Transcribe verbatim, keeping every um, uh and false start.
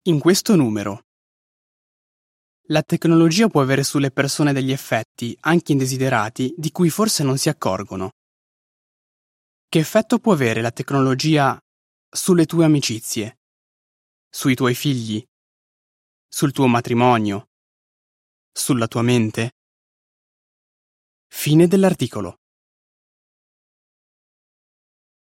In questo numero. La tecnologia può avere sulle persone degli effetti, anche indesiderati, di cui forse non si accorgono. Che effetto può avere la tecnologia sulle tue amicizie, sui tuoi figli, sul tuo matrimonio, sulla tua mente? Fine dell'articolo.